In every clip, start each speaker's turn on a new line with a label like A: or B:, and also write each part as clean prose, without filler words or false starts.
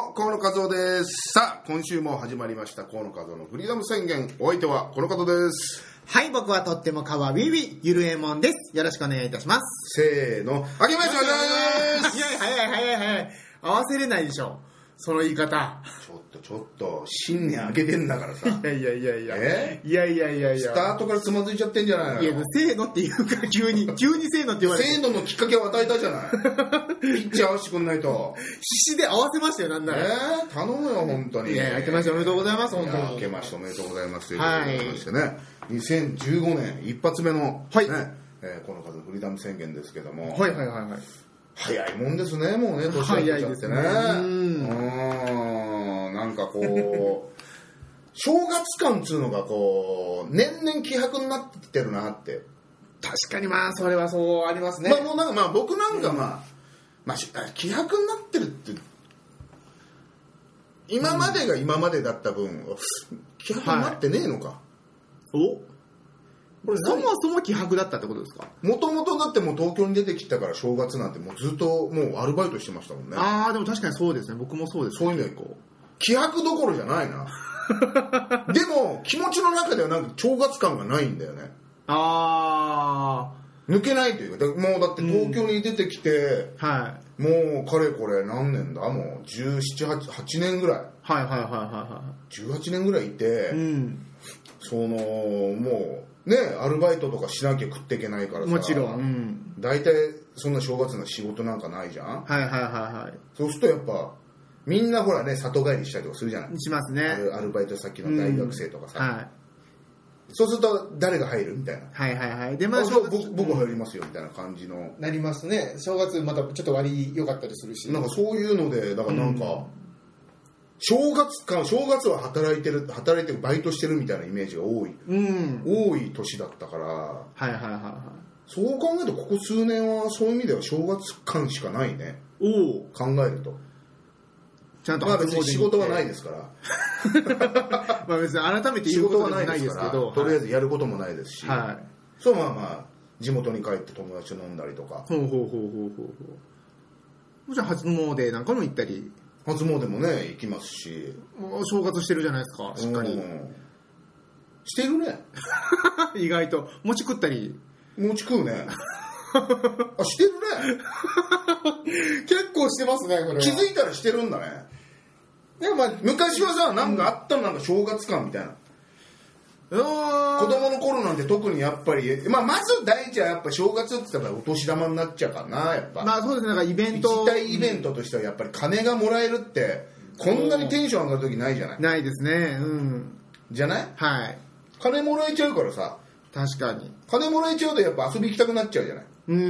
A: 河野和夫です。さあ、今週も始まりました河野和夫のフリーダム宣言。お相手はこの方です。
B: はい、僕はとってもかわいいゆるえもんです。よろしくお願いいたします。
A: せーの、あけましておめでとうございます。
B: 早い合わせれないでしょ、その言い方。
A: ちょっと新年明けてんだからさ。
B: いやス
A: タートからつまずいちゃってんじゃないの。
B: いや、せーのって言うから急にせーのって言われて。
A: せーののきっかけを与えたじゃない。ピッチ合わせてくんないと。
B: 必死で合わせましたよ、なんなら。
A: 頼むよ本当に。
B: いや、明けましておめでとうございます。本当に
A: 明けましておめでとうございますということでございましてね、2015年一発目の、
B: はい、
A: ね、この数フリーダム宣言ですけども、
B: はい
A: 早いもんですね、もうね、年明けちゃってね。なんかこう正月感っつうのがこう年々希薄になってきてるなって。
B: 確かに、まあそれはそうありますね。
A: もうなんか僕なんか希薄になってるって今までが今までだった分希薄になってねえのか、
B: これそもそも希薄だったってことですか。
A: もともとだってもう東京に出てきたから正月なんてもうずっともうアルバイトしてましたもんね。
B: ああ、でも確かにそうですね、僕もそうです。
A: そういうの希薄どころじゃないな。でも気持ちの中ではなんか正月感がないんだよね。抜けないというか、もうだって東京に出てきて、もうかれこれ何年だ、もう17、8年ぐらい、18年ぐらいいて、もうね、アルバイトとかしなきゃ食っていけないからさ、
B: もちろん、
A: 大体そんな正月の仕事なんかないじゃん。そうするとやっぱみんなほらね、里帰りしたりとかするじゃない。
B: しますね。
A: アルバイト先の大学生とかさ、そうすると誰が入るみたいな。
B: で、
A: 僕入りますよみたいな感じの
B: なりますね。正月またちょっと割良かったりするし、
A: なんかそういうので、だからなんか、正月は働いてるバイトしてるみたいなイメージが多い年だったから、そう考えるとここ数年はそういう意味では正月感しかないね。考えると
B: ちゃんと
A: 別に仕事はないですから。
B: 別に改めて言うことはないですけど、
A: とりあえずやることもないですし、そう地元に帰って友達と飲んだりとか。
B: じゃあ初詣なんかも行ったり。
A: 初詣もね行きますし。
B: 正月してるじゃないですか、しっかり。
A: してるね。
B: 意外と餅食ったり。
A: 餅食うね。してるね。
B: 結構してますね、これは。
A: 気づいたらしてるんだね。でも昔はさ、なんかあったの、なんか正月感みたいな。子供の頃なんて特にやっぱり、まず第一はやっぱ正月って言ったらお年玉になっちゃうかな、やっぱ。
B: そうですね、なんかイベント。
A: 一大イベントとしてはやっぱり金がもらえるって、こんなにテンション上がる時ないじゃない。
B: ないですね。
A: じゃない？金もらえちゃうからさ。
B: 確かに。
A: 金もらえちゃうとやっぱ遊び行きたくなっちゃうじゃない。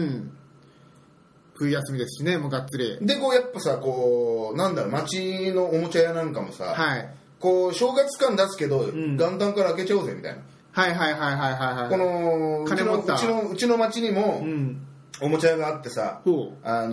B: 冬休みですしね、もうがっつり。
A: で、こうやっぱさ、こう、なんだろう、街のおもちゃ屋なんかもさ、こう、正月感出すけど、元旦から開けちゃおうぜ、みたいな。この、うちの街にも、おもちゃ屋があってさ、ど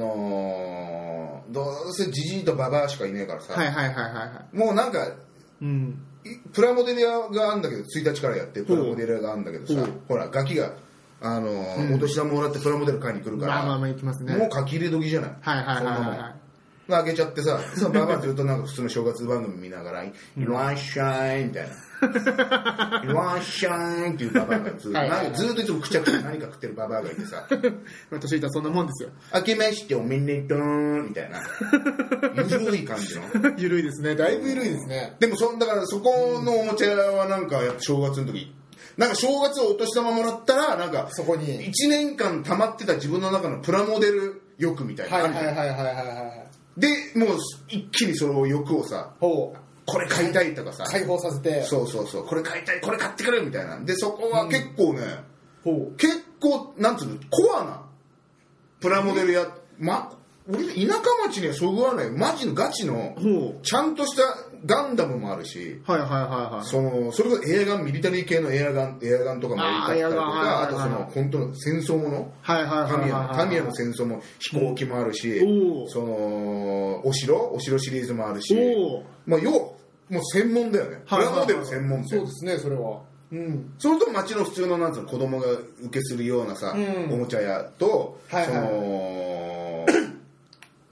A: うせジジイとババアしかいねえからさ、もうなんか、プラモデル屋があるんだけど、1日からやってプラモデル屋があるんだけどさ、ほら、ガキが、お年玉もらってプラモデル買いに来るから、
B: 行きますね。
A: もう書き入れ時じゃない。開けちゃってさ、ババアずっとなんか普通の正月番組見ながら、いらっしゃいみたいな。いらっしゃいっていうババアがずっといつもくちゃくちゃ何か食ってるババアがいてさ、
B: 私いたらそんなもんですよ。
A: 明けましておめでとうみたいな。ゆるい感じの。
B: ゆるいですね。だいぶゆるいですね。
A: でもだからそこのおもちゃ屋はなんかやっぱ正月の時、なんか正月お年玉もらったらなんか
B: そこに
A: 1年間溜まってた自分の中のプラモデル欲みたいな感じで、もう一気にその欲をさ、これ買いたいとかさ、
B: 解放させて、
A: そうこれ買いたい、これ買ってくれみたいな。でそこは結構ね、結構なんつうの、コアなプラモデルや、俺田舎町にはそぐわないマジのガチのちゃんとしたガンダムもあるし、それこそエアガン、ミリタリー系のエアガンとかも置いてあったりとか、あとその本当の戦争もの、タミヤの戦争も飛行機もあるし、そのお城シリーズもあるし、もう専門だよね。プラモデル専門店。
B: そうですね、それは。
A: それと街の普通のなんつうの子供が受けするようなさ、おもちゃ屋と、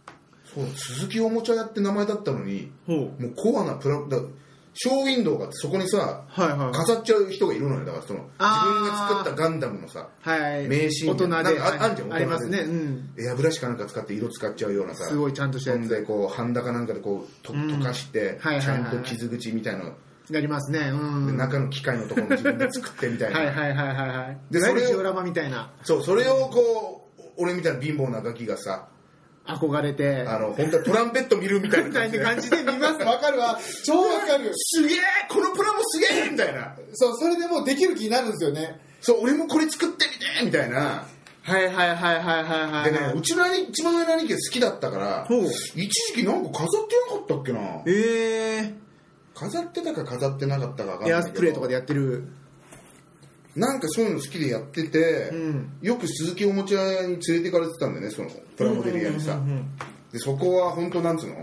A: そう鈴木おもちゃ屋って名前だったのにもうコアなショーウィンドウがあってそこにさ、
B: はいはい、
A: 飾っちゃう人がいるのよ。だからその自分が作ったガンダムのさ、
B: はい、
A: 名シーン
B: 大人で
A: なんかあんじゃん、
B: ありますね、うん、
A: エアブラシかなんか使って色使っちゃうようなさ、
B: すごいちゃんとしたやつ
A: でこうハンダかなんかでこう溶かして、ちゃんと傷口みたいなの
B: やりますね、うん、
A: で中の機械のところも自分で作ってみたいな
B: はいはいはいはいはい、
A: でそれを
B: ジオラマみたいな、
A: そうそれをこう俺みたいな貧乏なガキがさ
B: 憧れて
A: 本当はトランペット見るみたいな
B: 感じで見ます。わかるわ、超わかる。
A: すげえこのプラモすげえみたいな、
B: そう、それでもうできる気になるんですよね。
A: そう俺もこれ作ってみてみたいな。
B: はいはいはいはいはいはい。
A: でね、うちの一番上の兄貴が好きだったから一時期なんか飾ってなかったっけな。飾ってたか飾ってなかったか分かんないけど、エアスプレーとかでやってる、なんかそういうの好きでやってて、うん、よく鈴木おもちゃ屋に連れてかれてたんだよね、そのプラモデル屋にさ。でそこは本当なんつうの、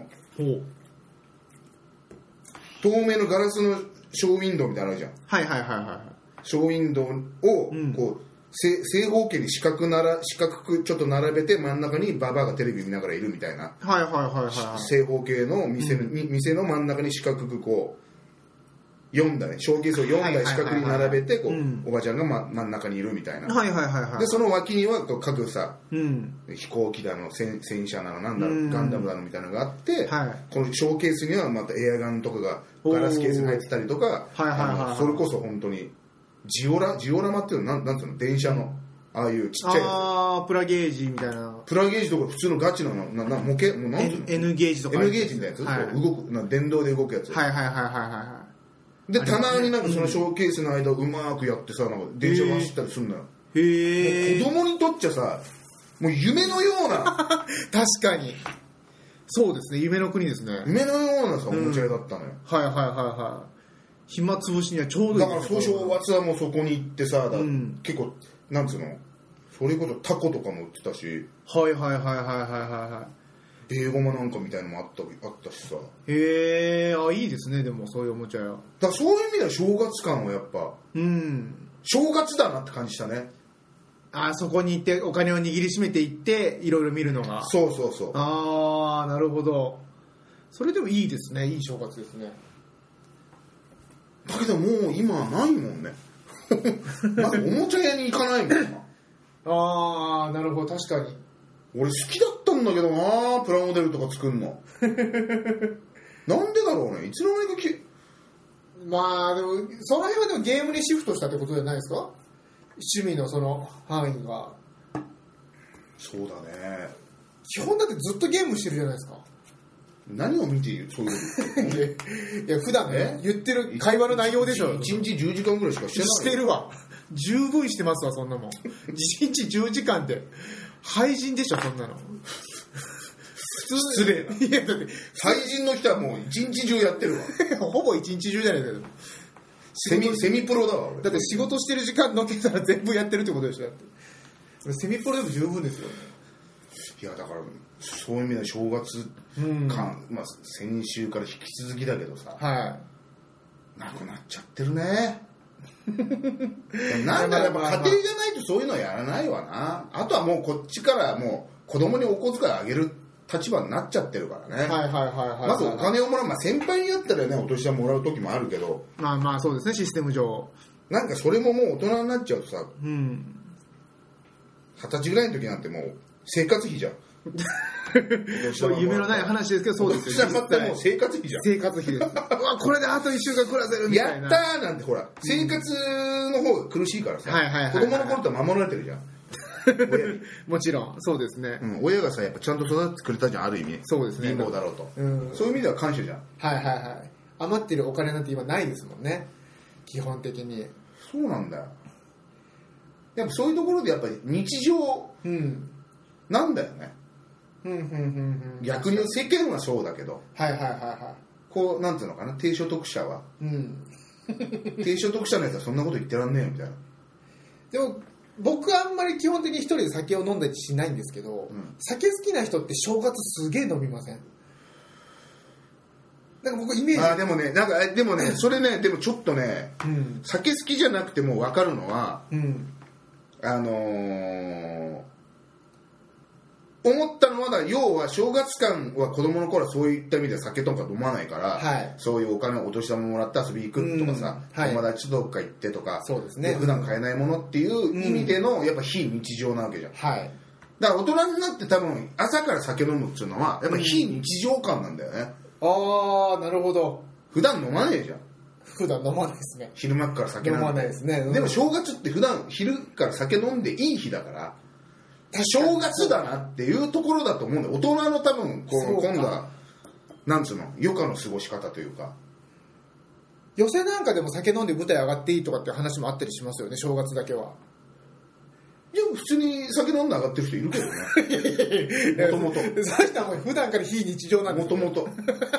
A: 透明のガラスのショーウィンドウみたいなのあるじゃん。はいはいはいはい。ショーウィンドウをこう、正方形に四角くちょっと並べて真ん中にババアがテレビ見ながらいるみたいな、はいはいはいはい、正方形の店の真ん中に四角くこう4台ショーケースを4台四角に並べてこうおばちゃんが、真ん中にいるみたいな、はいはいはいはい、でその脇にはこう各さ、うん、飛行機だの戦車なのなんだろう、ガンダムだのみたいなのがあって、はい、このショーケースにはまたエアガンとかがガラスケースに入ってたりとか、はいはいはいはい、それこそ本当にジオラマっていうのはなんていうの、電車のああいうちっちゃいやつ、プラゲージみたいな、プラゲージとか普通のガチの模型もうなんていうの N ゲージとか N ゲージみたいなやつ、はい、動く電動で動くやつ、はいはいはいはいはい、でたまになんかそのショーケースの間をうまくやってさ、なんか電車が走ったりするのよ。へえ。子供にとっちゃさもう夢のような確かにそうですね、夢の国ですね。夢のようなさおもちゃ屋だったのよ、はいはいはいはい。暇つぶしにはちょうどいい。だから正月はもうそこに行ってさ、結構なんつうの、それこそタコとかも売ってたし、はいはいはいはいはいはい、ベーゴマなんかみたいのもあったしさ。へえ、あ、いいですね。でもそういうおもちゃ屋だからそういう意味では正月感はやっぱ正月だなって感じしたね。あそこに行ってお金を握りしめていっていろいろ見るのが、そうそうそう、ああなるほど。それでもいいですね、いい正月ですね。だけどもう今はないもんねまずおもちゃ屋に行かないもんなああなるほど、確かに。俺好きだったんだけどな、プラモデルとか作るのなんでだろうね、いつの間にかまあでもその辺はでもゲームにシフトしたってことじゃないですか、趣味のその範囲が。そうだね、基本だってずっとゲームしてるじゃないですか。何を見ている、そういういや普段ね言ってる会話の内容でしょ。1日10時間ぐらいしかしてない。してるわ、十分してますわそんなもん1日10時間って廃人でしょそんなの失礼な。いやだって廃人の人はもう一日中やってるわほぼ一日中じゃないですか。セミプロだわ俺。だって仕事してる時間のけたら全部やってるってことでしょ。だってセミプロでも十分ですよね。いやだからそういう意味では正月感、まあ、先週から引き続きだけどさ、はい、なくなっちゃってるねなんだやっぱ家庭じゃないとそういうのはやらないわな。あとはもうこっちからもう子供にお小遣いあげる立場になっちゃってるからね。はいはいはいはい。まずお金をもらう、まあ、先輩にやったらねお年玉もらう時もあるけど、まあまあそうですね、システム上なんかそれももう大人になっちゃうとさ、うん、20歳ぐらいの時なんてもう生活費じゃん夢のない話ですけどそうですよ。ってもう生活費じゃん。生活費ですこれであと1週間暮らせるみたいな。やったーなんてほら、生活の方が苦しいからさ、子供の頃とは守られてるじゃんもちろんそうですね、うん、親がさやっぱちゃんと育ててくれたじゃん、ある意味。そうですね、貧乏だろうと、うん、そういう意味では感謝じゃん。はいはいはい。余ってるお金なんて今ないですもんね、基本的に。そうなんだよ。やっぱそういうところでやっぱり日常、うん、なんだよね。逆に世間はそうだけど、はいはいはいはい、こうなんていうのかな、低所得者は、うん、低所得者のやつはそんなこと言ってらんねえよみたいな。でも僕はあんまり基本的に一人で酒を飲んだりしないんですけど、うん、酒好きな人って正月すげえ飲みません？なんか僕イメージ。あでもね、なんかでもねそれね、でもちょっとね、うん、酒好きじゃなくても分かるのは、うん、 思ったのはだ、要は正月間は子供の頃はそういった意味で酒とか飲まないから、
B: はい、
A: そういうお金をお年玉もらって遊びに行くとかさ、はい、友達とどっか行ってとか、
B: そうですね、
A: 普段買えないものっていう意味でのやっぱ非日常なわけじゃん、
B: はい、
A: だから大人になって多分朝から酒飲むっていうのはやっぱ非日常感なんだよね、
B: ああなるほど。
A: 普段飲まねえじゃん。
B: 普段飲まないですね。
A: 昼間から酒
B: 飲まないですね、
A: でも正月って普段昼から酒飲んでいい日だから正月だなっていうところだと思うんだよ。大人の多分こう今度はなんつうの余暇の過ごし方というか、
B: 寄席なんかでも酒飲んで舞台上がっていいとかっていう話もあったりしますよね、正月だけは。
A: いや普通に酒飲んで上がってる人いるけどね。もともと
B: そうしたら普段から非日常なんです
A: もともと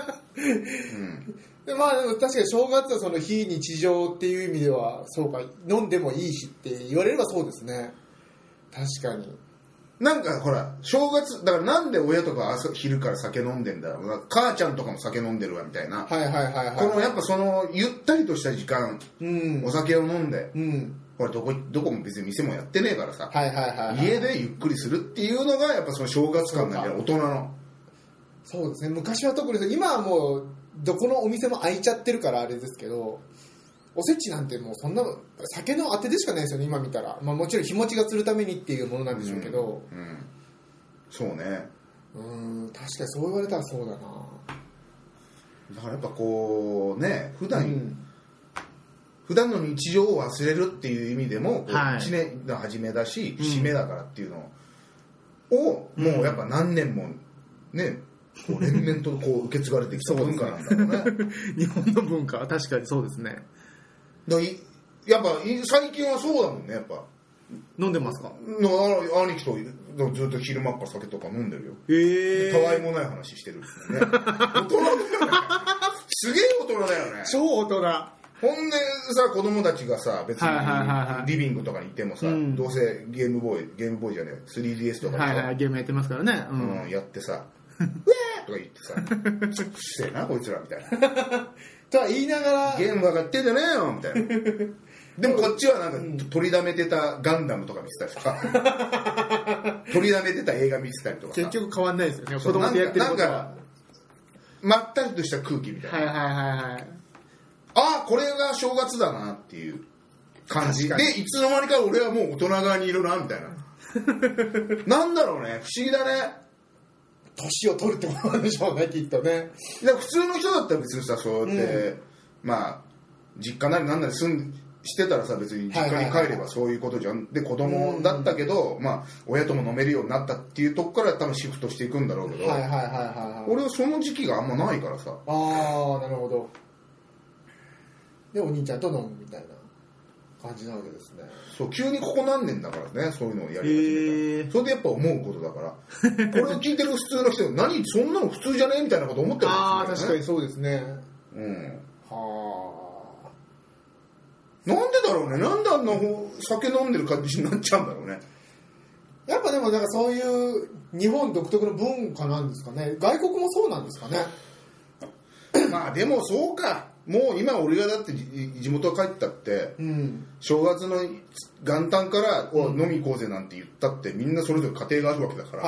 B: まあ確かに正月はその非日常っていう意味ではそうか、飲んでもいい日って言われればそうですね。確かに
A: なんかほら正月だからなんで親とか朝昼から酒飲んでんだろうな、母ちゃんとかも酒飲んでるわみたいな、
B: はいはいはいはい、
A: このやっぱそのゆったりとした時間、お酒を飲んで、ほらどこも別に店もやってねえからさ、
B: はいはいはいはい、
A: 家でゆっくりするっていうのがやっぱその正月感なんだよ、大人の。
B: そうですね、昔は特に今はもうどこのお店も開いちゃってるからあれですけど、おせちなんてもうそんな酒のあてでしかないですよね今見たら、まあ、もちろん日持ちがするためにっていうものなんでしょうけど、
A: そうね、
B: 確かにそう言われたらそうだな。
A: だからやっぱこうね普段の日常を忘れるっていう意味でも、1年の初めだし節目だからっていうのを、もうやっぱ何年もねこう連綿とこう受け継がれてきた文化なんだろうね。
B: 日本の文化は確かにそうですね。
A: やっぱ最近はそうだもんね。やっぱ
B: 飲んでますか？
A: 兄貴とずっと昼間っから酒とか飲んでるよ。たわいもない話してるんですよね。大人だよね。すげえ大人だよね。
B: 超大人。
A: ほんでさ、子供たちがさ、別にリビングとかにいてもさ、どうせゲームボーイじゃねえ 3DS とか
B: でゲームやってますからね、
A: やってさウェーとか言ってさ、うっせえなこいつらみたいな
B: とは言いながら
A: ゲーム分かってんじゃねえよみたいな。でもこっちはなんか取りだめてたガンダムとか見てたりとか取りだめてた映画見てたりとか
B: 結局変わんないですよね、子供とやってることは。なんか
A: まったりとした空気みたいな、ああこれが正月だなっていう感じで、いつの間にか俺はもう大人側にいるなみたいななんだろうね、不思議だね。
B: 年を取るってことなんでしょうね、きっとね。
A: だから普通の人だったら別にさ、そうやって、まあ実家なりなんなりしてたらさ、別に実家に帰ればそういうことじゃん。で子供だったけど、まあ親とも飲めるようになったっていうとこから多分シフトしていくんだろうけど、俺はその時期があんまないからさ。
B: ああなるほど。でお兄ちゃんと飲むみたいな感じなわけですね。
A: そう急にここ何年だからね、そういうのをやり始めた。それでやっぱ思うことだからこれを聞いてる普通の人何そんなの普通じゃねえみたいなこと思ってるんですよね。
B: ああ確かにそうですね。
A: はあ、なんでだろうね、なんであんな酒飲んでる感じになっちゃうんだろうね。
B: やっぱでもなんかそういう日本独特の文化なんですかね。外国もそうなんですかね。
A: まあでもそうか、もう今俺がだって地元帰ったって、正月の元旦から飲み行こうぜなんて言ったってみんなそれぞれ家庭があるわけだから、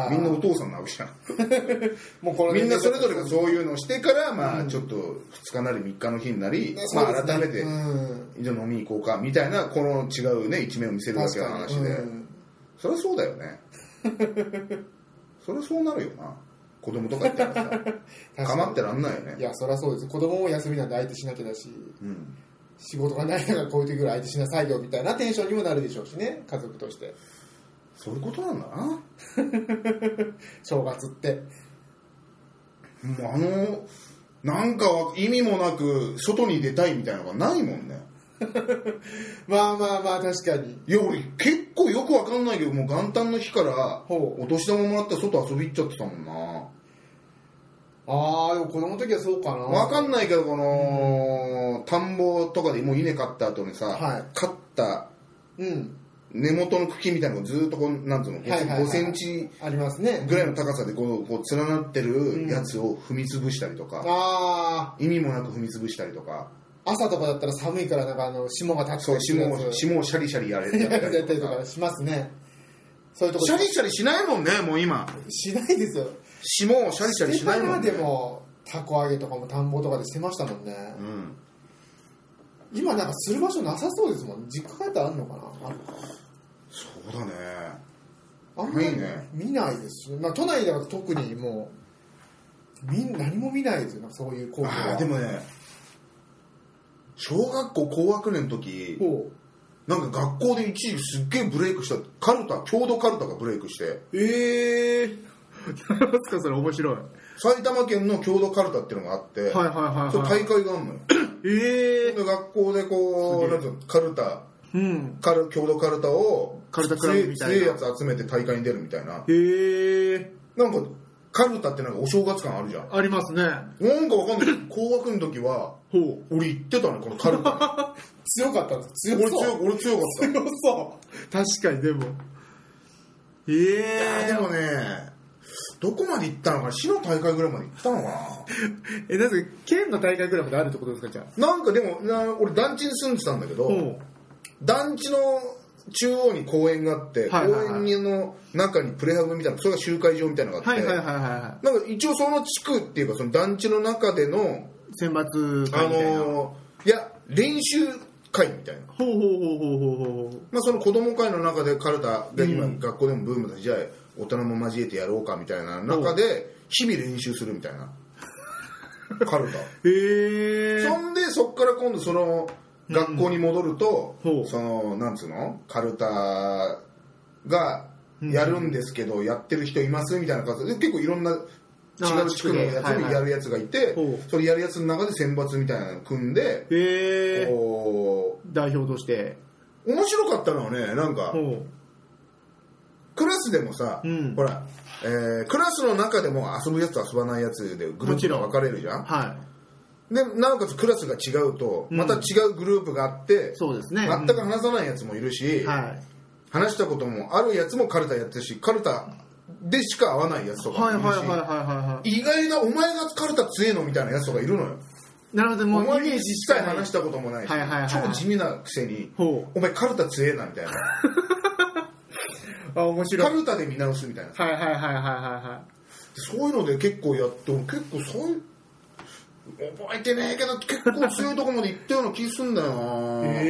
A: みんなお父さんなわけじゃんもうこのみんなそれぞれがそういうのをしてから、まあちょっと2日なり3日の日になり、まあ改めてじゃあ飲みに行こうかみたいな、この違うね一面を見せるわけの話で、そりゃそうだよねそりゃそうなるよな、子供とか言ったらさ構ってらんないよね。
B: いやそりゃそうです。子供も休みなんで相手しなきゃだし、仕事がないからこういう時ぐらい相手しなさいよみたいなテンションにもなるでしょうしね、家族として。
A: そういうことなんだな
B: 正月って
A: もうなんか意味もなく外に出たいみたいなのがないもんね
B: まあまあまあ確かに。
A: いや俺結構よくわかんないけど、もう元旦の日からお年玉もらって外遊び行っちゃってたもんな。
B: ああでも子供の時はそうかな。
A: わかんないけど、この田んぼとかでもう稲買った後にさ、刈った根元の茎みたいなのがずっとこうなんつうの、5センチ
B: ありますね
A: ぐらいの高さでこう連なってるやつを踏み潰したりとか、意味もなく踏み潰したりとか。
B: 朝とかだったら寒いからなんか霜が立って
A: 霜をシャリシャリやれたり
B: とかしますね。 そういうとこ
A: シャリシャリしないもんね、もう今。
B: しないですよ。
A: シもシャリシャリしないもんね。
B: でもたこ揚げとかも田んぼとかでしてましたもんね。今なんかする場所なさそうですもん。実家帰ったらあんのかな。
A: そうだね。
B: あんまり見ないですし、まあ都内では特にもう何も見ないですよ。そういう光景は。
A: でもね、小学校高学年の時、なんか学校で一時すっげえブレイクした郷土カルタがブレイクして。
B: 何ですかそれ、面白い。
A: 埼玉県の郷土カルタっていうのがあって、それ大会があるのよ。で学校でこうなんていうのカルタ、郷土カルタを
B: カルタクラブみたいな
A: 強いやつ集めて大会に出るみたいな。なんかカルタってなんかお正月感あるじゃん。
B: ありますね。
A: なんかわかんないけど高学の時は俺行ってたね、このカルタ
B: 強かったんですか。
A: 俺強かった。
B: 強そう。確かに。でも
A: いやでもね、どこまで行ったのかな、市の大会ぐらいまで行ったのかな
B: なんですか、県の大会ぐらいまであるってことですか。じゃあ
A: なんかでも俺団地に住んでたんだけど、団地の中央に公園があって、公園の中にプレハブみたいな、それが集会場みたいなのがあって、なんか一応その地区っていうかその団地の中での
B: 選抜会みたいな、
A: いや練習会みたいな。まあその子供会の中でカルタで今学校でもブームだし、じゃあ大人も交えてやろうかみたいな中で日々練習するみたいなカルタ。そんでそっから今度その学校に戻ると、そのなんつうのカルタがやるんですけど、やってる人いますみたいな感じで結構いろんな違う地区のやつにやるやつがいて、それやるやつの中で選抜みたいなのを組んで、
B: 代表として
A: 面白かったのはね、なんかクラスでもさ、ほら、クラスの中でも遊ぶやつ遊ばないやつでグループが分かれるじゃん。でなおかつクラスが違うとまた違うグループがあって、
B: そうですね、
A: 全く話さないやつもいるし、話したこともあるやつもカルタやってるし、カルタでしか会わないやつとかもいるし、意外なお前がカルタ強えのみたいなやつとかいるのよ。
B: なるほど、もう
A: お前に実際話したこともないし、超地味なくせにお前カルタ強えなみたいな
B: 面白い。
A: カルタで見直すみたいな、そういうので結構やっても結構そういう覚えてねえけど結構強いとこまで行ったような気すんだよな。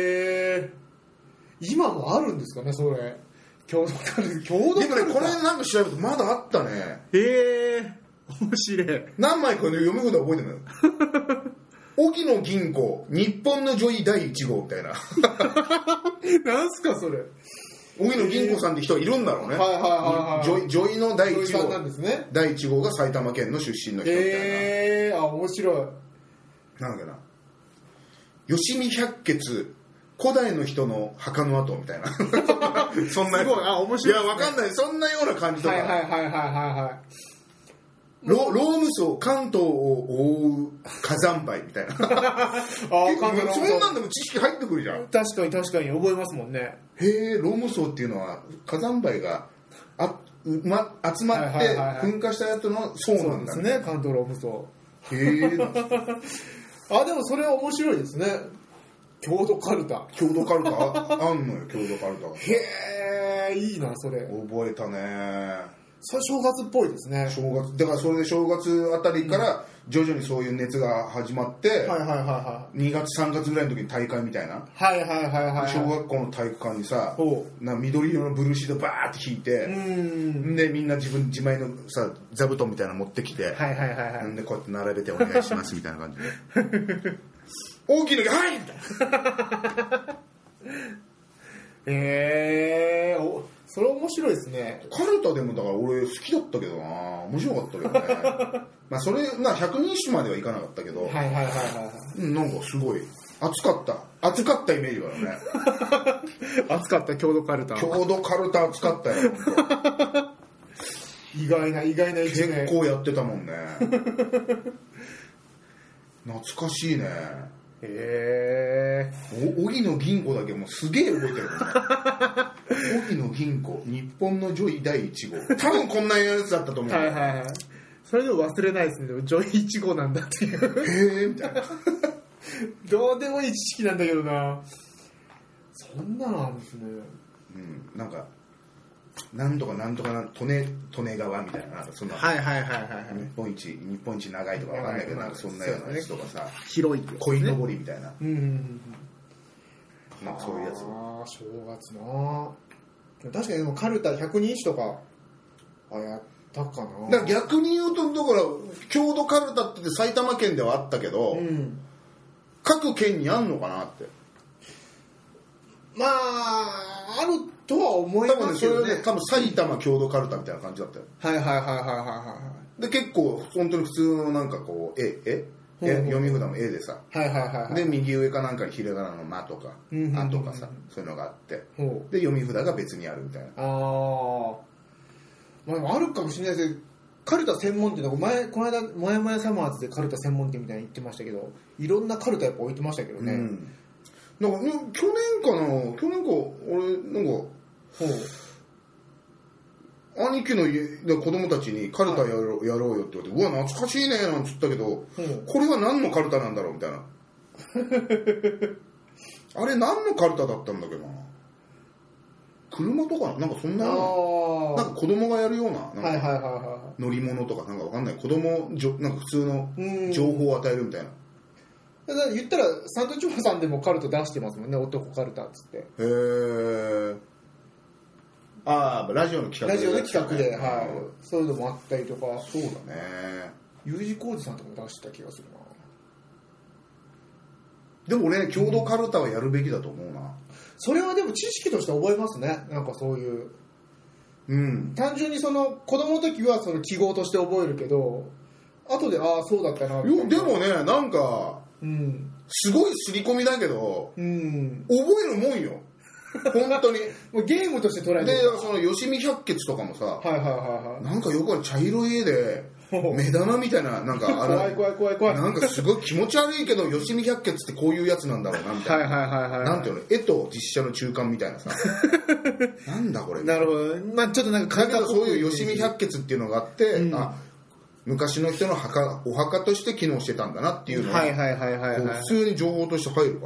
B: 今もあるんですかね、それ。郷土カルタ。
A: でもね、これなんか調べるとまだあったね。
B: 面白い。
A: 何枚かで読むことは覚えてるのよ。荻野銀行日本の女医第1号みたいな。
B: なんすかそれ。
A: 荻野銀行さんって人いるんだろうね。女医の第1号なんですね。第1号が埼玉県の出身の人みたいな。
B: 面白い。
A: なんだっけな、吉見百穴古代の人の墓の跡みたいなそんな、
B: すごい、面白い、
A: いやわかんない、そんなような感じとか、ローム層関東を覆う火山灰みたいなそんなんでも知識入ってくるじゃん。
B: 確かに覚えますもんね。
A: へえ、ローム層っていうのは火山灰が集まって噴火したやつの層なんだね。
B: そうですね、関東ローム層。
A: へえ
B: でもそれは面白いですね。郷土カルタあ
A: んのよ、郷土カルタが。
B: へえ、いいなそれ。
A: 覚えたね。
B: それ正月っぽいですね。
A: 正月だから、それで正月あたりから徐々にそういう熱が始まって、2月3月ぐらいの時に大会みたいな、小学校の体育館にさ、緑色のブルーシートバーって引いて、でみんな自前のさ座布団みたいなの持ってきて、でこうやって並べてお願いしますみたいな感じで大きいのがはいみたいな。
B: それ面白いですね。
A: カルタでもだから俺好きだったけどな、面白かったけどねまあそれ百人一首まではいかなかったけど、なんかすごい熱かったイメージがあるね
B: 熱かった郷土カルタ。
A: 郷土カルタ熱かったよ
B: 意外な一面。
A: 結構やってたもんね懐かしいね。荻野銀行だけもうすげえ覚えてるもんね荻野銀行日本の女医第1号、多分こんなやつだったと思う
B: それでも忘れないですね。でも女医1号なんだっていう
A: へえみたいな
B: どうでもいい知識なんだけどな。そんなのあるんですね。
A: なんかなんとかなんとかな利根川みたいな、なんかそんな、
B: はいはいはいはいはい。
A: 日本一長いとかわかんないけど、なんかそんなようなやつとかさ、
B: 広い
A: 鯉のぼりみたいな、
B: なん
A: かそういうやつ。
B: ああ、正月な。確かにでもカルタ100人一とかやったかな。
A: だから逆に言うと、だから郷土カルタって埼玉県ではあったけど、各県にあんのかなって。
B: まああるとは思いますけどね。
A: 多分埼玉郷土カルタみたいな感じだったよ。
B: はいはいはいはいはい。
A: で結構本当に普通のなんかこう読み札の絵でさ、
B: はいはいはい、
A: で右上かなんかにひらがなの「ま」とか「あ」とかさ、そういうのがあって、で読み札が別にあるみたいな。
B: まあ、あるかもしれないですけど、カルタ専門店のこの間もやもやサマーズでカルタ専門店みたいに言ってましたけど、いろんなカルタやっぱ置いてましたけどね。
A: なんか去年か俺なんか兄貴の子供たちにカルタやろうよって言われて、うわ懐かしいねなんつったけど、これは何のカルタなんだろうみたいなあれ何のカルタだったんだっけな、車とかなんかそんななんか子供がやるような乗り物とかなんかわかんない、子供なんか普通の情報を与えるみたいな。
B: だから言ったらサンドチョコさんでもカルタ出してますもんね、男カルタっつって。へ
A: え。ああ、ラジオの企画
B: で、はい、そういうのもあったりとか。
A: そうだね。
B: U字工事さんとかも出した気がするな。
A: でも俺郷土カルタはやるべきだと思うな。
B: それはでも知識として覚えますね。なんかそういう、単純にその子供の時はその記号として覚えるけど、後でそうだったな。
A: でもね、なんか、すごい刷り込みだけど、覚えるもんよ。本当に。
B: もうゲームとして捉えてる。
A: で、その吉見百穴とかもさ、なんかよくある茶色い絵で、目玉みたいな、なんか
B: 怖い。
A: なんかすごい気持ち悪いけど、吉見百穴ってこういうやつなんだろうな、みたいな。なんていうの、絵と実写の中間みたいなさ。なんだこれ。
B: なるほど。まあちょっとなんか
A: だけどそういう吉見百穴っていうのがあって、昔の人のお墓として機能してたんだなっていうのが普通に情報として入るから。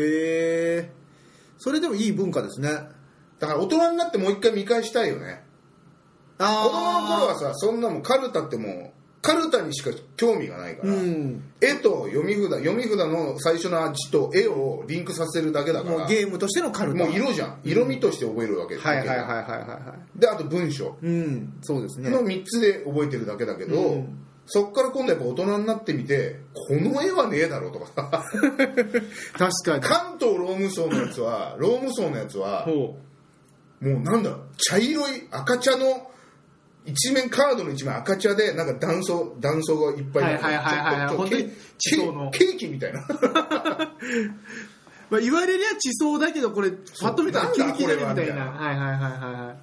B: それでもいい文化ですね。
A: だから大人になってもう一回見返したいよね。子供の頃はさ、そんなもんカルタってもうカルタにしか興味がないから、絵と読み札の最初の字と絵をリンクさせるだけだから、
B: もうゲームとしてのカルタ、
A: もう色じゃん、色味として覚えるわけです。であと文章、
B: そうですね、
A: の3つで覚えてるだけだけど、そっから今度やっぱ大人になってみて、この絵はねえだろうとかさ
B: 確かに
A: 関東ローム層のやつはもうなんだろう、茶色い赤茶のカードの一面赤茶でなんか断層がいっぱい
B: 本当に地層の
A: ケーキみたいな
B: まあ言われりゃ地層だけど、これパッと見たらケーキだけみたいな。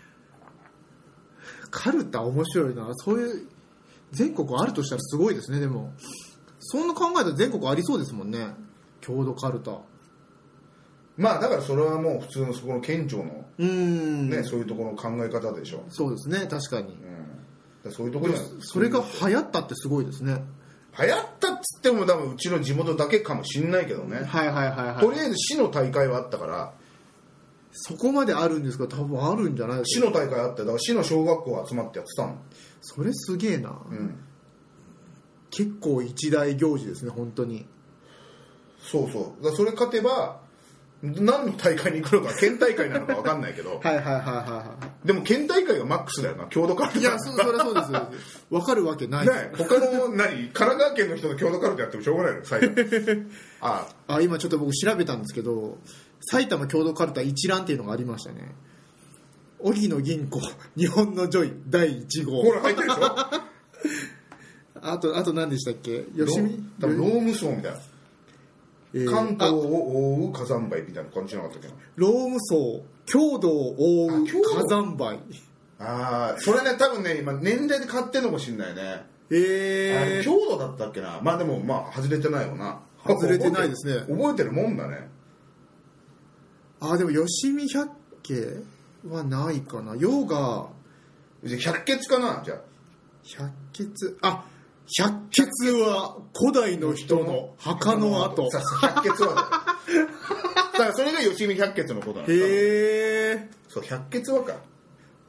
B: カルタ面白いな。そういう全国あるとしたらすごいですね。でもそんな考えたら全国ありそうですもんね、郷土カルタ。
A: まあだからそれはもう普通のそこの県庁のね、そういうところの考え方でしょ。
B: そうですね、確かに。
A: そういうところには
B: それが流行ったってすごいですね。
A: 流行ったっつっても多分うちの地元だけかもしんないけどね。とりあえず市の大会はあったから。
B: そこまであるんですか？多分あるんじゃないです
A: か。市の大会あって、だから市の小学校集まってやってたの。
B: それすげえな。結構一大行事ですね、本当に。
A: そう。だからそれ勝てば何の大会に行くのか、県大会なのか分かんないけどでも県大会がマックスだよな、郷土カルタ。
B: いや、それはそうですよ分かるわけない
A: ね。他の神奈川県の人の郷土カルタやってもしょうがないの最後
B: 今ちょっと僕調べたんですけど、埼玉郷土カルタ一覧っていうのがありましたね。荻野銀行日本のジョイ第1号、
A: ほら入ってるでしょ
B: あと何でしたっけ、吉見
A: ローム層みたいな、関東を覆う火山灰みたいな感じじゃなかったっけな。
B: ローム層、郷土を覆う火山灰。
A: それね、多分ね今年齢で変わってんのかもしれないね。郷土だったっけな。まあでも外れてないよな。
B: 外れてないですね。
A: 覚えてるもんだね。
B: でも吉見百景はないかな。ヨガ
A: 百穴かな。じゃあ
B: 百穴、百穴は古代の人の墓の跡。
A: 百穴はだからそれが吉見百穴のことなんです。
B: へえ。
A: そう、百穴はか。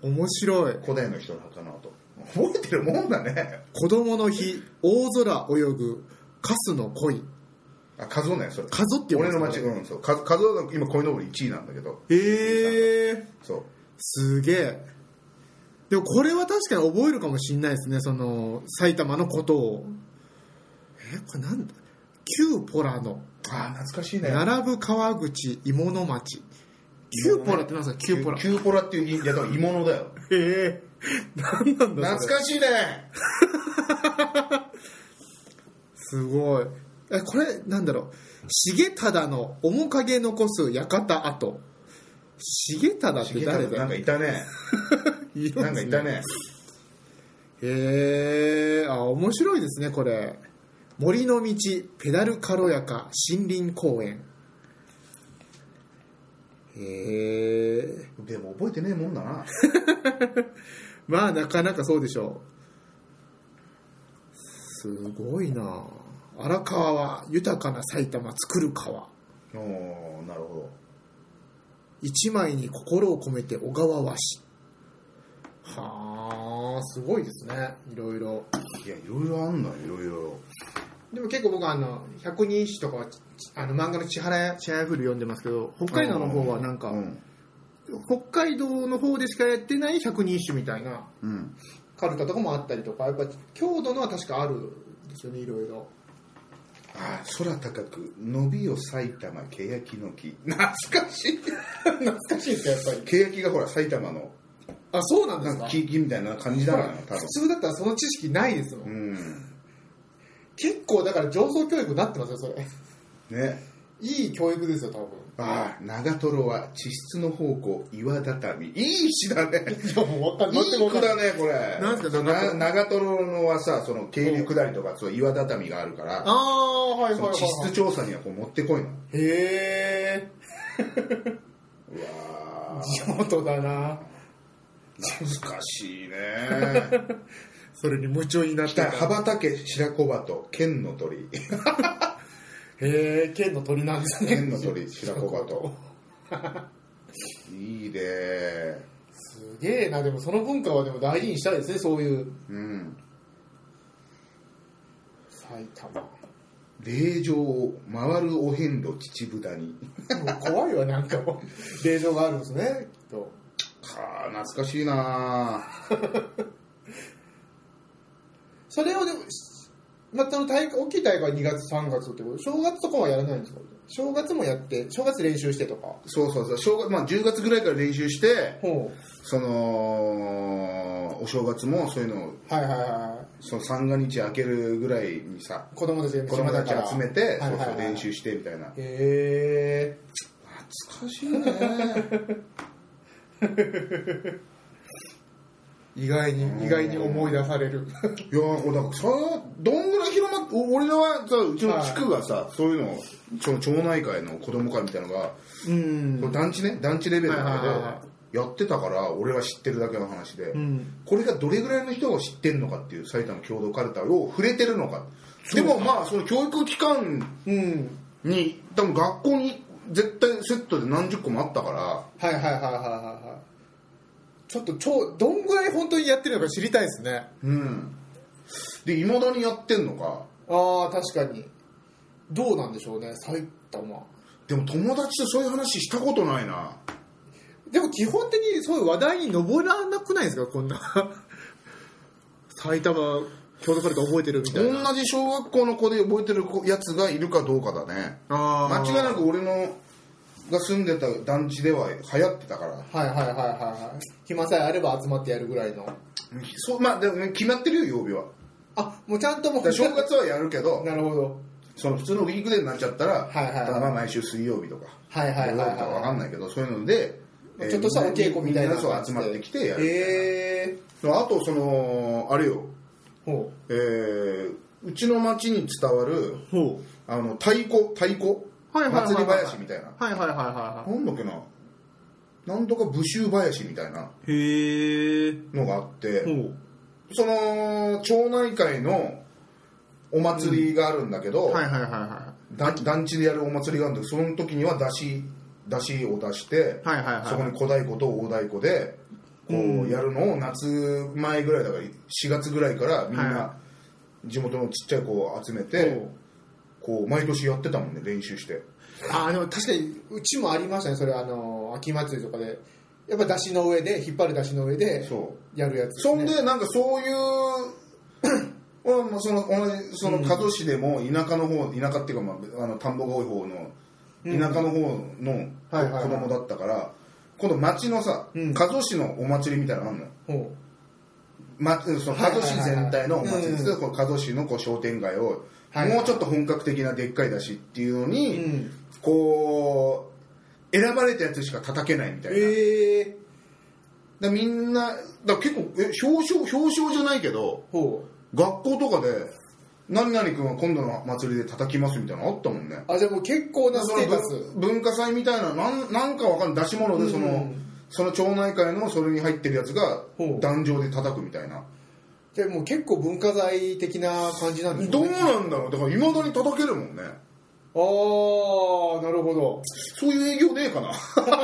B: 面白い。
A: 古代の人の墓の跡。覚えてるもんだね。
B: 子供の日、大空泳ぐ、カスの恋。
A: あ、カズオね、それ。
B: カズオって言
A: 俺の町、うん、そう。カズオが今、鯉のぼり1位なんだけど。そう。
B: すげえ。でもこれは確かに覚えるかもしれないですね、その、埼玉のことを。これなんだ旧ポラの。
A: あ、懐かしいね。
B: 並ぶ川口、芋の町。旧ポラって何ですか、旧ポラ。
A: 旧ポラっていう、いや、だから鋳物だよ。
B: へえ。何なんだ
A: 懐かしいね。
B: すごい。これなんだろう、重忠の面影残す館跡。重忠って誰だよ。
A: なんかいたね。なんかいたね。
B: へえ、あ、面白いですねこれ。森の道ペダル軽やか森林公園。へえ。
A: でも覚えてねえもんだな。
B: まあなかなかそうでしょう。すごいな。荒川は豊かな埼玉作る川。
A: おー、なるほど。
B: 一枚に心を込めて小川和紙。はあ、すごいですね。いろいろ。
A: いや、いろいろあんのよ、いろいろ。
B: でも結構僕百人一首とか漫画の千早フル読んでますけど、北海道の方はなんか、北海道の方でしかやってない百人一首みたいな、カルタとかもあったりとか、やっぱ郷土のは確かあるんですよね、いろいろ。
A: ああ、空高く伸びよ埼玉ケヤキの木。懐かしい。
B: 懐かしいですか、やっぱり。
A: ケヤキがほら埼玉の、
B: あ、そうなんですか。
A: 木みたいな感じだからな、多分。
B: 普通だったらその知識ないですもん。結構だから上層教育になってますよ、それ。
A: ね。
B: いい教育ですよ、多分。
A: ああ、長瀞は地質の宝庫岩畳。いい石だね。
B: いや、もう分かんない。
A: いい句だね、これ。
B: なんですか、
A: 長瀞のはさ、その渓流下りとか、そう岩畳があるから、
B: ああ、はいはいはい。
A: 地質調査にはこう持ってこいの。
B: へえ。
A: うわ
B: 地元だな。
A: 懐かしいね。
B: それに夢中になってた。
A: 羽ばたけ白子鳩剣の鳥。
B: へえ、剣の鳥なんですね。
A: 剣の鳥白子鳩。いいね。
B: すげえな。でもその文化はでも大事にしたいですね、そういう。埼玉。
A: 霊場を回るお遍路秩父谷。
B: 怖いわ、なんかもう。霊場があるんですね、きっと。
A: はあ、懐かしいな。
B: それをでも、また大きい大会は2月3月ってこと、正月とかはやらないんですか。正月もやって、正月練習してとか。
A: そうそうそう、正月、まあ10月ぐらいから練習して、
B: ほう、
A: そのお正月もそういうのを、
B: はいはいはい、
A: その三が日明けるぐらいにさ、
B: 子供たち
A: 集めて、
B: はいはいはい、
A: そうそう練習してみたいな。
B: へえ、
A: 懐かしいね。
B: 意外に思い出される。
A: いやー、だからさ、どんぐらい広まって、俺らはさ、うちの地区がさ、そういうのを、その町内会の子供会みたいなのが、団地レベルでやってたから、俺は知ってるだけの話で、これがどれぐらいの人が知ってるのかっていう埼玉共同カルタを触れてるのか。でもまあ、その教育機関に、多分学校に絶対セットで何十個もあったから。
B: はいはいはいはいはいはい。ちょっとどんぐらい本当にやってるのか知りたいですね。
A: で、未だにやってんのか。
B: ああ、確かに。どうなんでしょうね、埼玉。
A: でも友達とそういう話したことないな。
B: でも基本的にそういう話題に上らなくないですか、こんな。埼玉郷土カルタ覚えてるみたいな。
A: 同じ小学校の子で覚えてるやつがいるかどうかだね。間違いなく俺のが住んでた団地では流行ってたから。
B: はいはいはいはい。暇さえあれば集まってやるぐらいの。
A: そう、まあでも決まってるよ、曜日は。
B: あ、もうちゃんともう。
A: 正月はやるけど。
B: なるほど。
A: その普通のウィークデーになっちゃったら、まあ毎週水曜日とか。
B: はいはいはい。
A: 土曜日とかわかんないけど、そういうので、
B: ちょっとしたお稽古みたいな
A: 人が集まってきてやる。あとそのあれよ。うちの町に伝わる太鼓祭り林みたいな。
B: はいはいはいはい。
A: なんだっけな。なんとか武州林みたいなのがあって、その町内会のお祭りがあるんだけど、団地でやるお祭りがあるんだけど、その時には出汁を出して、そこに小太鼓と大太鼓でこうやるのを夏前ぐらいだから4月ぐらいからみんな地元のちっちゃい子を集めてこう毎年やってたもんね、練習して。
B: でも確かにうちもありましたね、それ秋祭りとかでやっぱ出汁の上で引っ張る出汁の上でやるやつですね。
A: そんでなんかそういうその加須市でも田舎の方、田舎っていうか、田んぼが多い方の田舎の方の子供だったから、今度町のさ、加須市のお祭りみたいなのあるの。その加須市全体のお祭りで、この加須市のこう商店街をもうちょっと本格的なでっかい出汁っていうのに、こう選ばれたやつしか叩けないみたいな。みんなだ結構表彰じゃないけど。学校とかで何々君は今度の祭りで叩きますみたいなのあったもんね。
B: じゃあもう結構なステータス、
A: 文化祭みたいななんかわかんない出し物でその町内会のそれに入ってるやつが壇上で叩くみたいな。
B: じゃあもう結構文化財的な感じなんですかね。
A: どうなんだろう。だから未だに叩けるもんね。
B: なるほど。
A: そういう営業ねえかな。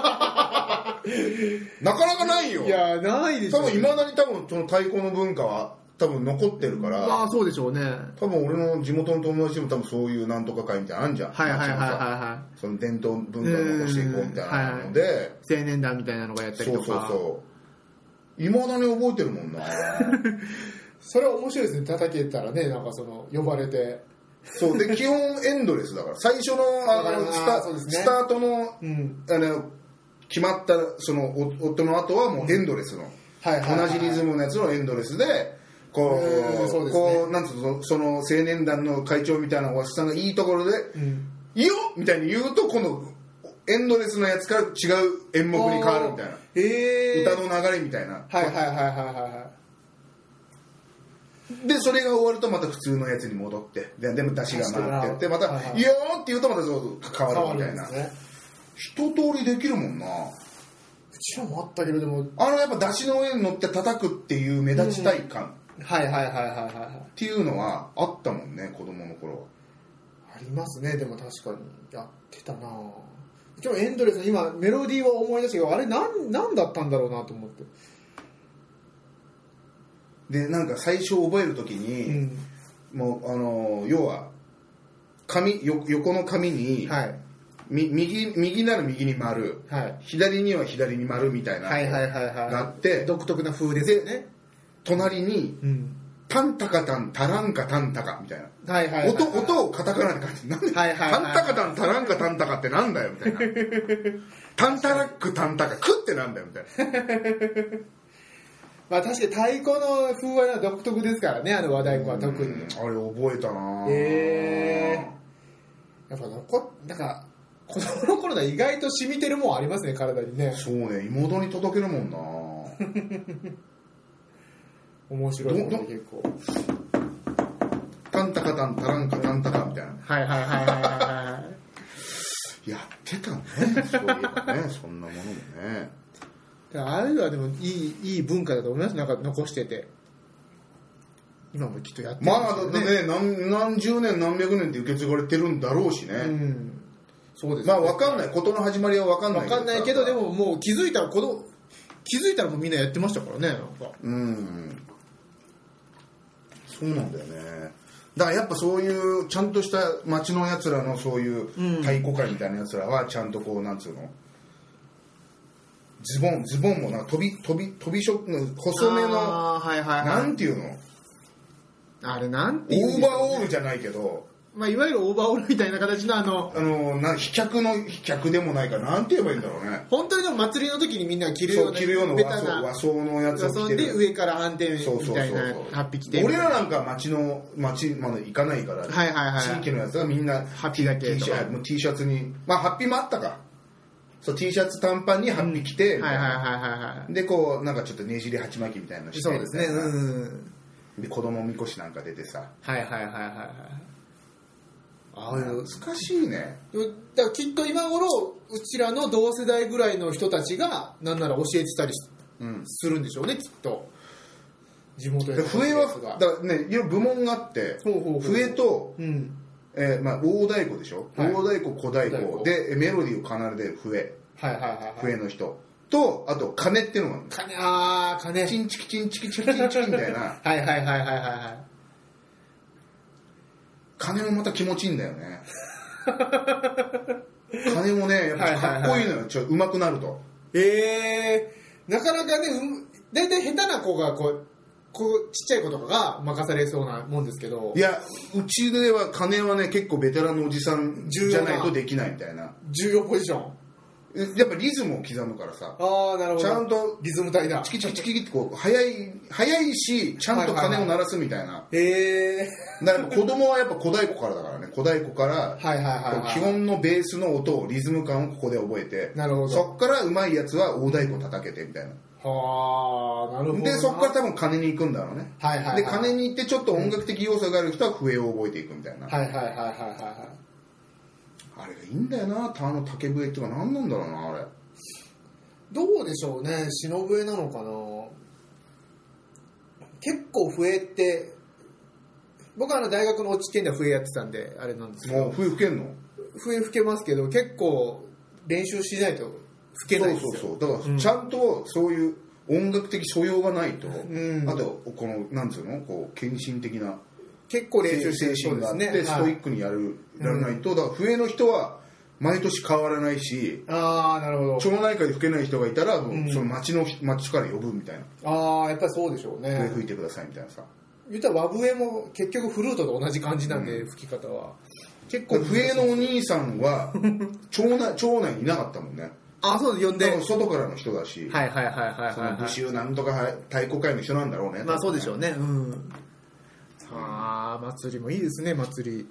A: なかなかないよ。
B: いやないでしょ。
A: 多分未だにその太鼓の文化は多分残ってるから。
B: そうでしょうね。
A: 多分俺の地元の友達も多分そういうなんとか会みたいなのあるじゃん。その伝統文化を残していこうみたいなので、
B: 青年団みたいなのがやったりとか。
A: 未だに覚えてるもんな。
B: それは面白いですね。叩けたらね、なんか呼ばれて。
A: そうで、基本エンドレスだから最初のスタートの決まったその音の後はもうエンドレスの同じリズムのやつのエンドレスで。なんつうの、その青年団の会長みたいなおっさんがいいところで「いいよ!」みたいに言うと今度エンドレスのやつから違う演目に変わるみたいな、歌の流れみたいな。でそれが終わるとまた普通のやつに戻ってでも出汁が回ってってまた「いいよ!」って言うとまた変わるみたいな。一通りできるもんな。
B: うちらもあったけど、でも
A: やっぱ出汁の上に乗って叩くっていう目立ちたい感っていうのはあったもんね、子供の頃は。
B: ありますね。でも確かにやってたな。今日エンドレスの今メロディーは思い出したけど、あれ何だったんだろうなと思って。
A: でなんか最初覚えるときに、もう要は横の紙に、右なら右に丸、左には左に丸みたいなのがあって、
B: 独特な風ですよね。
A: 隣に、タンタカタンタランカタンタカみたいな、音をカタカナで書いて、なんでタンタカタンタランカタンタカってなんだよみたいな。タンタラックタンタカクってなんだよみたい
B: な。確かに太鼓の風合いは独特ですからね、和太鼓は特に。
A: あれ覚えたな。
B: やっぱなんか子供の頃は意外と染みてるもんありますね、体にね。
A: そうね、妹に届けるもんな。
B: 面白いもんね、結構。
A: タンタカタンタランカタンタカみたいな。やってたね、そういえばね、そんなものもね。
B: あれはでもいい文化だと思います。なんか残してて。今もきっとやってるんですよね。
A: だって何十年何百年って受け継がれてるんだろうしね。
B: そうですね。
A: 分かんない、事の始まりは分かんない
B: けど、でももう気づいたらもうみんなやってましたからね、なんか。
A: そうなんだよね。だからやっぱそういうちゃんとした町のやつらのそういう太鼓会みたいなやつらはちゃんとこうなんつうの、ズボンもな飛び細めのなんていうの、
B: あれなんていう、
A: オーバーオールじゃないけど、
B: いわゆるオーバーオールみたいな形の
A: 飛脚でもないか、なんて言えばいいんだろうね。
B: 本当にでも祭りの時にみんな着るような
A: ベタな和装のやつを着てる。
B: で上から暗転みたいな8匹着て。
A: 俺らなんか町まで行かないから、地域のやつがみんな
B: ハッピーだけとか
A: T シャツに、ハッピーもあったか。そう T シャツ短パンにハッピー着て、でこうなんかちょっとねじり鉢巻きみたいなのして、
B: そうですね。
A: で子供みこしなんか出てさ。懐かしいね。
B: だからきっと今頃うちらの同世代ぐらいの人たちがなんなら教えてたりするんでしょうね、きっと。地元で
A: 笛はだからね、いろいろ部門があって、笛と、大太鼓でしょ、大太鼓小太鼓でメロディーを奏でる笛の人と、あと金っていうのが
B: 金
A: チンチキチンチキチキチンチキみたいな
B: はいはいはいはいはい
A: 金もまた気持ちいいんだよね金もねやっぱかっこいいのよ、ちょっと上手くなると。
B: なかなかね、だいたい下手な子がこうちっちゃい子とかが任されそうなもんですけど、
A: いやうちでは金はね結構ベテランのおじさんじゃないとできないみたいな
B: 重要ポジション。
A: やっぱリズムを刻むからさ、
B: なるほど、
A: ちゃんと
B: リズム体だ、
A: チキチキチキってこう早いしちゃんと鐘を鳴らすみたいな、だから子供はやっぱ小太鼓からだからね、小太鼓から基本のベースの音をリズム感をここで覚えて、
B: なるほど、
A: そっから上手いやつは大太鼓叩けてみたいな。
B: なるほど。で
A: そっから多分鐘に行くんだろうね。で鐘に行ってちょっと音楽的要素がある人は笛を覚えていくみたいな。あれがいいんだよな、竹笛っていうか何なんだろうな、あれ
B: どうでしょうね、篠笛なのかな。結構笛って僕は大学の落ち研では笛やってたんであれなんですけど、
A: もう笛吹けんの？
B: 笛吹けますけど結構練習しないと吹けないんですよ。
A: そうだからちゃんとそういう音楽的素養がないと、あとこのなんつうのこう献身的な
B: 結構練習してる
A: 精神があってストイックにやらないと、だから笛の人は毎年変わらないし、
B: なるほど、
A: 町内会で吹けない人がいたら、その町から呼ぶみたいな。
B: やっぱりそうでしょうね。
A: 笛吹いてくださいみたいなさ。
B: 言ったら和笛も結局フルートと同じ感じなんで、吹き方は
A: 結構笛のお兄さんは町内にいなかったもんね。
B: そうです、呼んで
A: 外からの人だし、その武州なんとか太鼓会の人なんだろうね。
B: そうでしょうね。祭りもいいですね、祭り。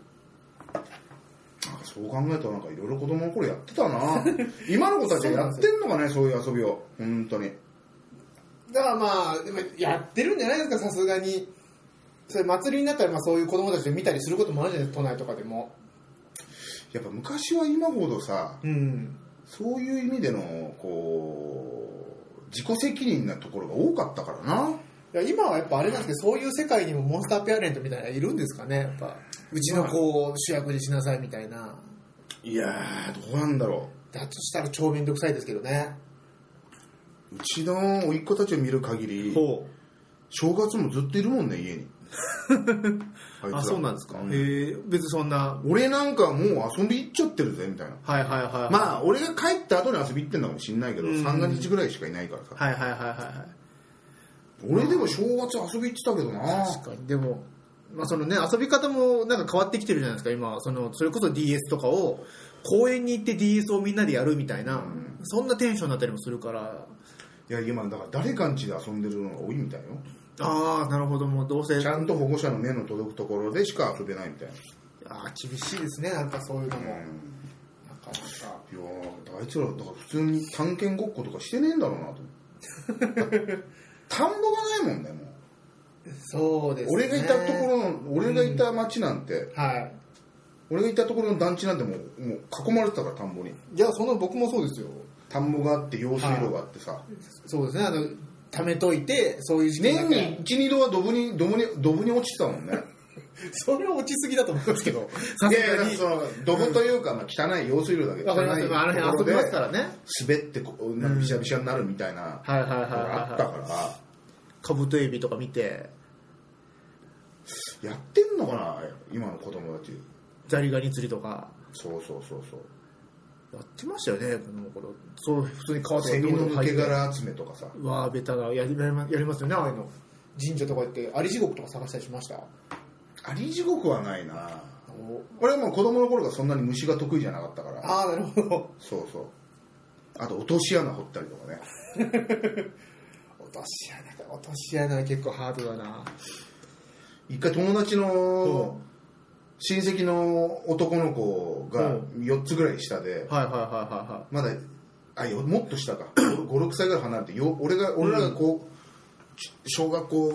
A: そう考えたらなんかいろいろ子供の頃やってたな今の子たちはやってんのかね、そういう遊びを。本当に
B: だからでもやってるんじゃないですか、さすがに。それ祭りになったらそういう子供たちで見たりすることもあるじゃないですか、都内とかでも。
A: やっぱ昔は今ほどさ、そういう意味でのこう自己責任なところが多かったからな。
B: 今はやっぱあれなんですけど、そういう世界にもモンスターペアレントみたいなのいるんですかね、やっぱうちの子を主役にしなさいみたいな。
A: いやーどうなんだろ
B: う。だとしたら超めんどくさいですけどね。
A: うちの甥っ子たちを見る限り正月もずっといるもんね、家に
B: そうなんですか。別にそんな、
A: 俺なんかもう遊び行っちゃってるぜみたいな。俺が帰った後に遊び行ってんのかもしんないけど、三が日ぐらいしかいないからさ。俺でも正月遊び行ってたけどな。
B: 確かに。でもそのね、遊び方もなんか変わってきてるじゃないですか今。それこそ DS とかを公園に行って DS をみんなでやるみたいな、そんなテンションになったりもするから。
A: いや今だから誰かん家で遊んでるのが多いみたいよ。
B: なるほど。もうどうせち
A: ゃんと保護者の目の届くところでしか遊べないみたい
B: な。厳しいですね、なんかそういうのも。なかなか。
A: いやあいつらだから普通に探検ごっことかしてねえんだろうなと思って田んぼがないもんね、もう。
B: そうですね。
A: 俺がいたところの、俺がいた町なんて、俺がいたところの団地なんてもう囲まれてたから、田んぼに。
B: いや、僕もそうですよ。
A: 田んぼがあって用水路があってさ、
B: そうですね、溜めといて、そういう時期
A: 年に 1,2 度はドブに落ちてたもんね
B: それは落ちすぎだと思うんですけど
A: いやいや、そのドブというか、汚い用水路だけど、
B: わかります。あの辺遊びますからね。
A: 滑ってビシャビシャになるみたいなあったから、
B: カブトエビとか見て
A: やってんのかな今の子供たち。
B: ザリガニ釣りとか。
A: そう
B: やってましたよね、この頃。そう、普通に川とか
A: セミの抜け殻集めとかさ。
B: ベタがやりますよね、ああいうの。神社とか行ってアリ地獄とか探したりしました？
A: アリ地獄はないな。俺はもう子供の頃がそんなに虫が得意じゃなかったから。
B: なるほど。
A: そう。あと落とし穴掘ったりとかね
B: 落とし穴は結構ハードだな。
A: 一回友達の親戚の男の子が4つぐらい下で、まだもっと下か5、6歳ぐらい離れて、俺らがこう小学校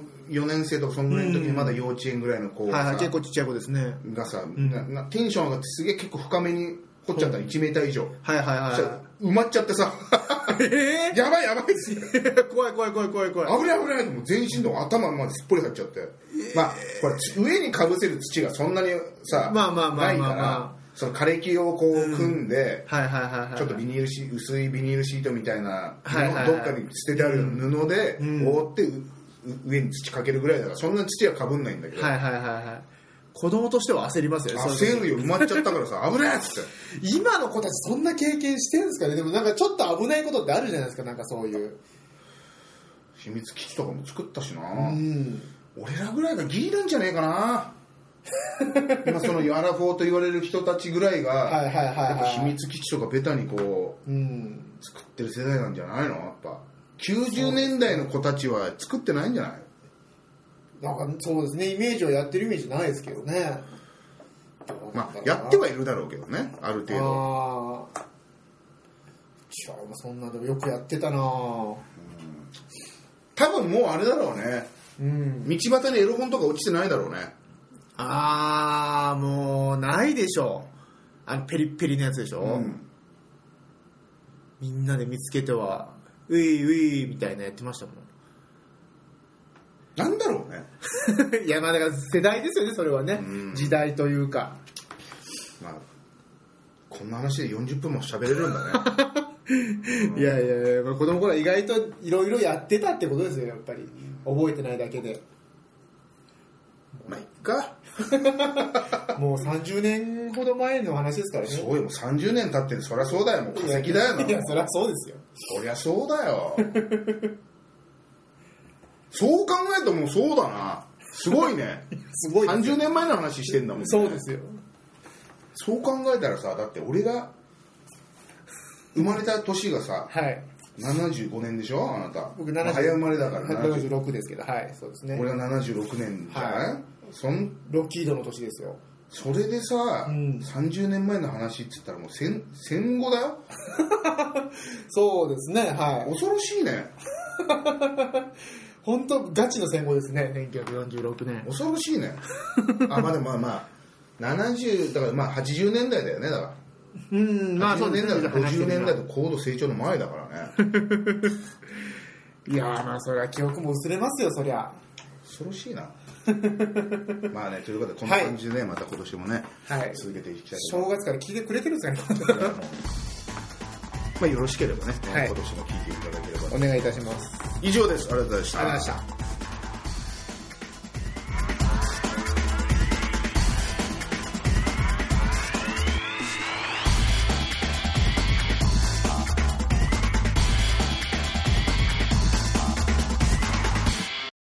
A: 4年生とかそのぐらいの時にまだ幼稚園ぐらいの子が
B: 結構ちっちゃい子ですね
A: がさ、テンション上がってすげえ結構深めに掘っちゃったら1メーター以上、埋まっちゃってさやばい
B: 怖い
A: 危ないともう全身の頭まですっぽり入っちゃって、これ上にかぶせる土がそんなにさないからその枯れ木をこう組んで、
B: はいはいはいはい、
A: ちょっと薄いビニールシートみたいな
B: はいはいはい、
A: どっかに捨ててある布で覆って上に土かけるぐらいだから、そんな土はかぶんないんだけど、
B: はいはいはいはい、子供としては焦りますよね。
A: 焦るよ、埋まっちゃったからさ、危ないっつって。
B: 今の子たちそんな経験してるんですかね。でもなんかちょっと危ないことってあるじゃないですか、なんかそういう
A: 秘密基地とかも作ったしな、俺らぐらいがギリなんじゃねえかな今そのアラフォーと言われる人たちぐらいがやっぱ秘密基地とかベタにこう、作ってる世代なんじゃないの。やっぱ90年代の子たちは作ってないんじゃない。
B: なんかそうですね、イメージはやってるイメージないですけどね。
A: まあやってはいるだろうけどね、ある程度。
B: そんなでもよくやってたな。多
A: 分もうあれだろうね、道端にエロ本とか落ちてないだろうね。
B: もうないでしょ。ペリッペリのやつでしょ、みんなで見つけてはウィーウィーみたいなやってましたもん。
A: なんだろうね
B: いや、まあだから世代ですよね、それはね、時代というか。
A: まあこんな話で40分も喋れるんだね
B: いやいやいや、まあ、子供頃は意外といろいろやってたってことですよ、やっぱり覚えてないだけで。
A: まあいっか
B: もう30年ほど前の話ですからね。
A: そうよ、もう30年経ってる。そりゃそうだよ、もう化石だよな。
B: いや、そりゃそうですよ。
A: そりゃそうだよそう考えるともうそうだな。すごいね
B: すごいですよ。
A: 30年前の話してんだもんね。
B: そうですよ。
A: そう考えたらさ、だって俺が生まれた年がさ、
B: はい、
A: 75年でしょ、あなた。
B: 僕70、
A: 早生まれだから
B: 76ですけど、はい、そうですね。
A: 俺が76年じゃない、はい、
B: ロッキードの年ですよ。
A: それでさ、30年前の話って言ったらもう戦後だよ
B: そうですね、はい。
A: 恐ろしいね
B: 本当ガチの戦後ですね、1946年。
A: 恐ろしいねまあでもまあ70だからまあ80年代だよね。だから
B: まあ
A: 80年代と50年代と高度成長の前だからね
B: いやー、まあそれは記憶も薄れますよ、そりゃ。
A: 恐ろしいなまあね、ということでこんな感じでね、また今年もね、続けていきたいと思います。
B: 正月から聞いてくれてるんですかね
A: まあよろしければね、今年も聞いていただければ
B: お願いいたします。
A: 以上です。ありがとうございました。
B: ありがとうございました。